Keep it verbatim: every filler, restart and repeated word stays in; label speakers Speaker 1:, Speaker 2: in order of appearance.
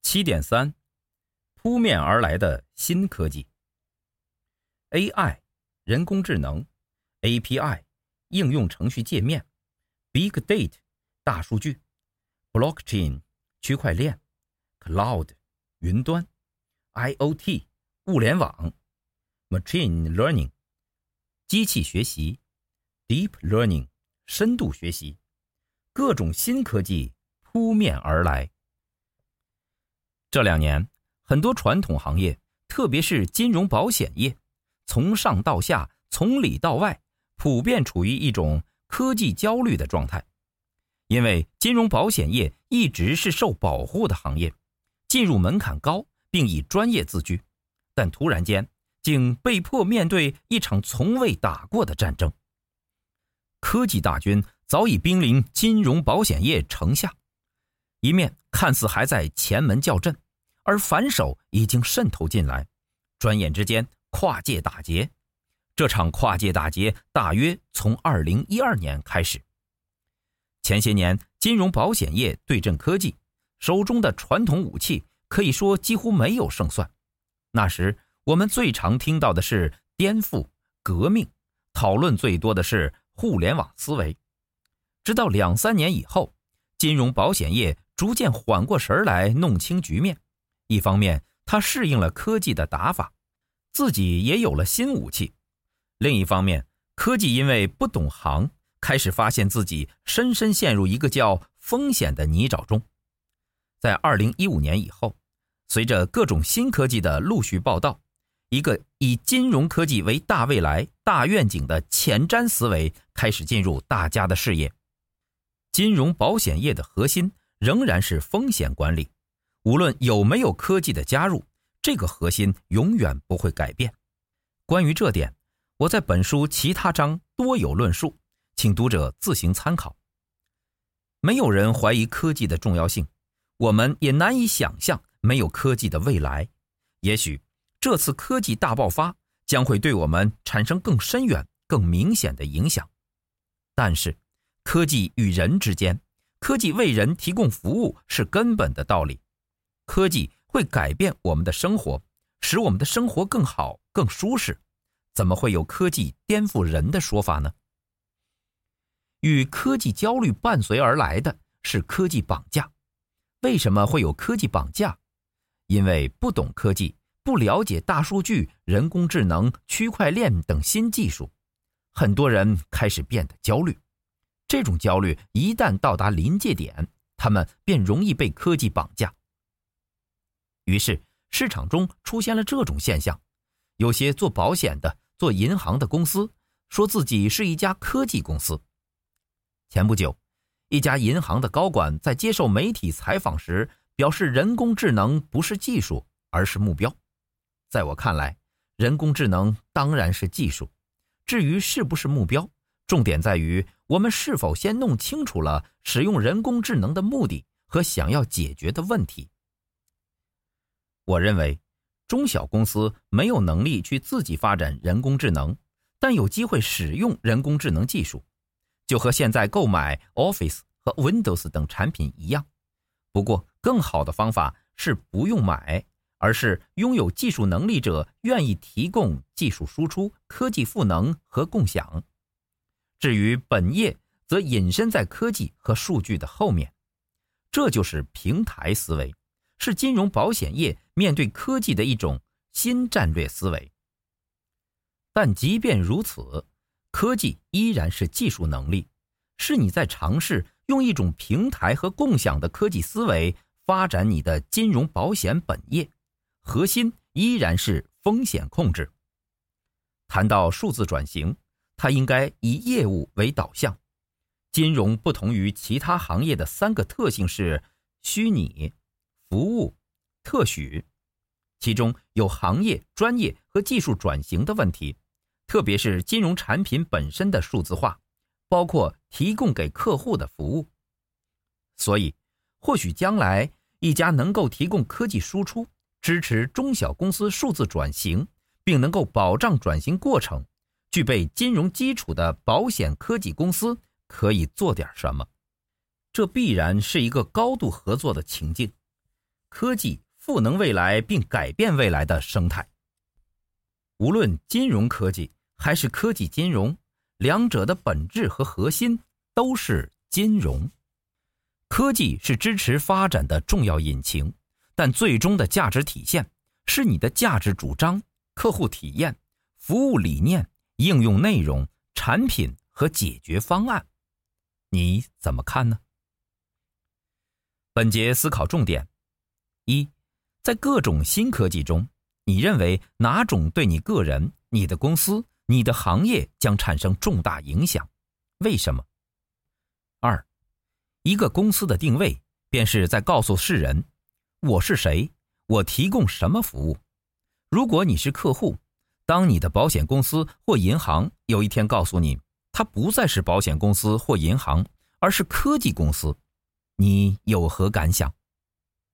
Speaker 1: 七点三 扑面而来的新科技。 A I 人工智能， A P I 应用程序界面， Big Data 大数据， Blockchain 区块链， Cloud 云端， I O T 物联网， Machine Learning 机器学习， Deep Learning 深度学习，各种新科技扑面而来。这两年，很多传统行业，特别是金融保险业，从上到下，从里到外，普遍处于一种科技焦虑的状态。因为金融保险业一直是受保护的行业，进入门槛高，并以专业自居，但突然间竟被迫面对一场从未打过的战争。科技大军早已兵临金融保险业城下，一面看似还在前门叫阵，而反手已经渗透进来，转眼之间跨界打劫。这场跨界打劫大约从二零一二年开始。前些年金融保险业对阵科技，手中的传统武器可以说几乎没有胜算。那时我们最常听到的是颠覆、革命，讨论最多的是互联网思维。直到两三年以后，金融保险业逐渐缓过神来，弄清局面。一方面它适应了科技的打法，自己也有了新武器；另一方面，科技因为不懂行，开始发现自己深深陷入一个叫风险的泥沼中。在二零一五年以后，随着各种新科技的陆续报道，一个以金融科技为大未来、大愿景的前瞻思维开始进入大家的视野。金融保险业的核心仍然是风险管理，无论有没有科技的加入，这个核心永远不会改变。关于这点，我在本书其他章多有论述，请读者自行参考。没有人怀疑科技的重要性，我们也难以想象没有科技的未来。也许这次科技大爆发将会对我们产生更深远、更明显的影响。但是科技与人之间，科技为人提供服务是根本的道理。科技会改变我们的生活，使我们的生活更好、更舒适。怎么会有科技颠覆人的说法呢？与科技焦虑伴随而来的是科技绑架。为什么会有科技绑架？因为不懂科技，不了解大数据、人工智能、区块链等新技术，很多人开始变得焦虑。这种焦虑一旦到达临界点，他们便容易被科技绑架。于是市场中出现了这种现象，有些做保险的、做银行的公司说自己是一家科技公司。前不久，一家银行的高管在接受媒体采访时表示，人工智能不是技术，而是目标。在我看来，人工智能当然是技术，至于是不是目标，重点在于我们是否先弄清楚了使用人工智能的目的和想要解决的问题。我认为中小公司没有能力去自己发展人工智能，但有机会使用人工智能技术，就和现在购买 Office 和 Windows 等产品一样。不过更好的方法是不用买，而是拥有技术能力者愿意提供技术输出、科技赋能和共享。至于本业，则隐身在科技和数据的后面。这就是平台思维，是金融保险业面对科技的一种新战略思维。但即便如此，科技依然是技术能力，是你在尝试用一种平台和共享的科技思维发展你的金融保险本业，核心依然是风险控制。谈到数字转型，它应该以业务为导向。金融不同于其他行业的三个特性是虚拟、服务、特许，其中有行业、专业和技术转型的问题，特别是金融产品本身的数字化，包括提供给客户的服务。所以，或许将来一家能够提供科技输出，支持中小公司数字转型，并能够保障转型过程，具备金融基础的保险科技公司可以做点什么。这必然是一个高度合作的情境。 科技赋能未来并改变未来的生态。无论金融科技还是科技金融，两者的本质和核心都是金融。科技是支持发展的重要引擎，但最终的价值体现是你的价值主张、客户体验、服务理念、应用内容、产品和解决方案。你怎么看呢？本节思考重点：一，在各种新科技中，你认为哪种对你个人、你的公司、你的行业将产生重大影响？为什么？二，一个公司的定位便是在告诉世人，我是谁，我提供什么服务。如果你是客户，当你的保险公司或银行有一天告诉你，它不再是保险公司或银行，而是科技公司，你有何感想？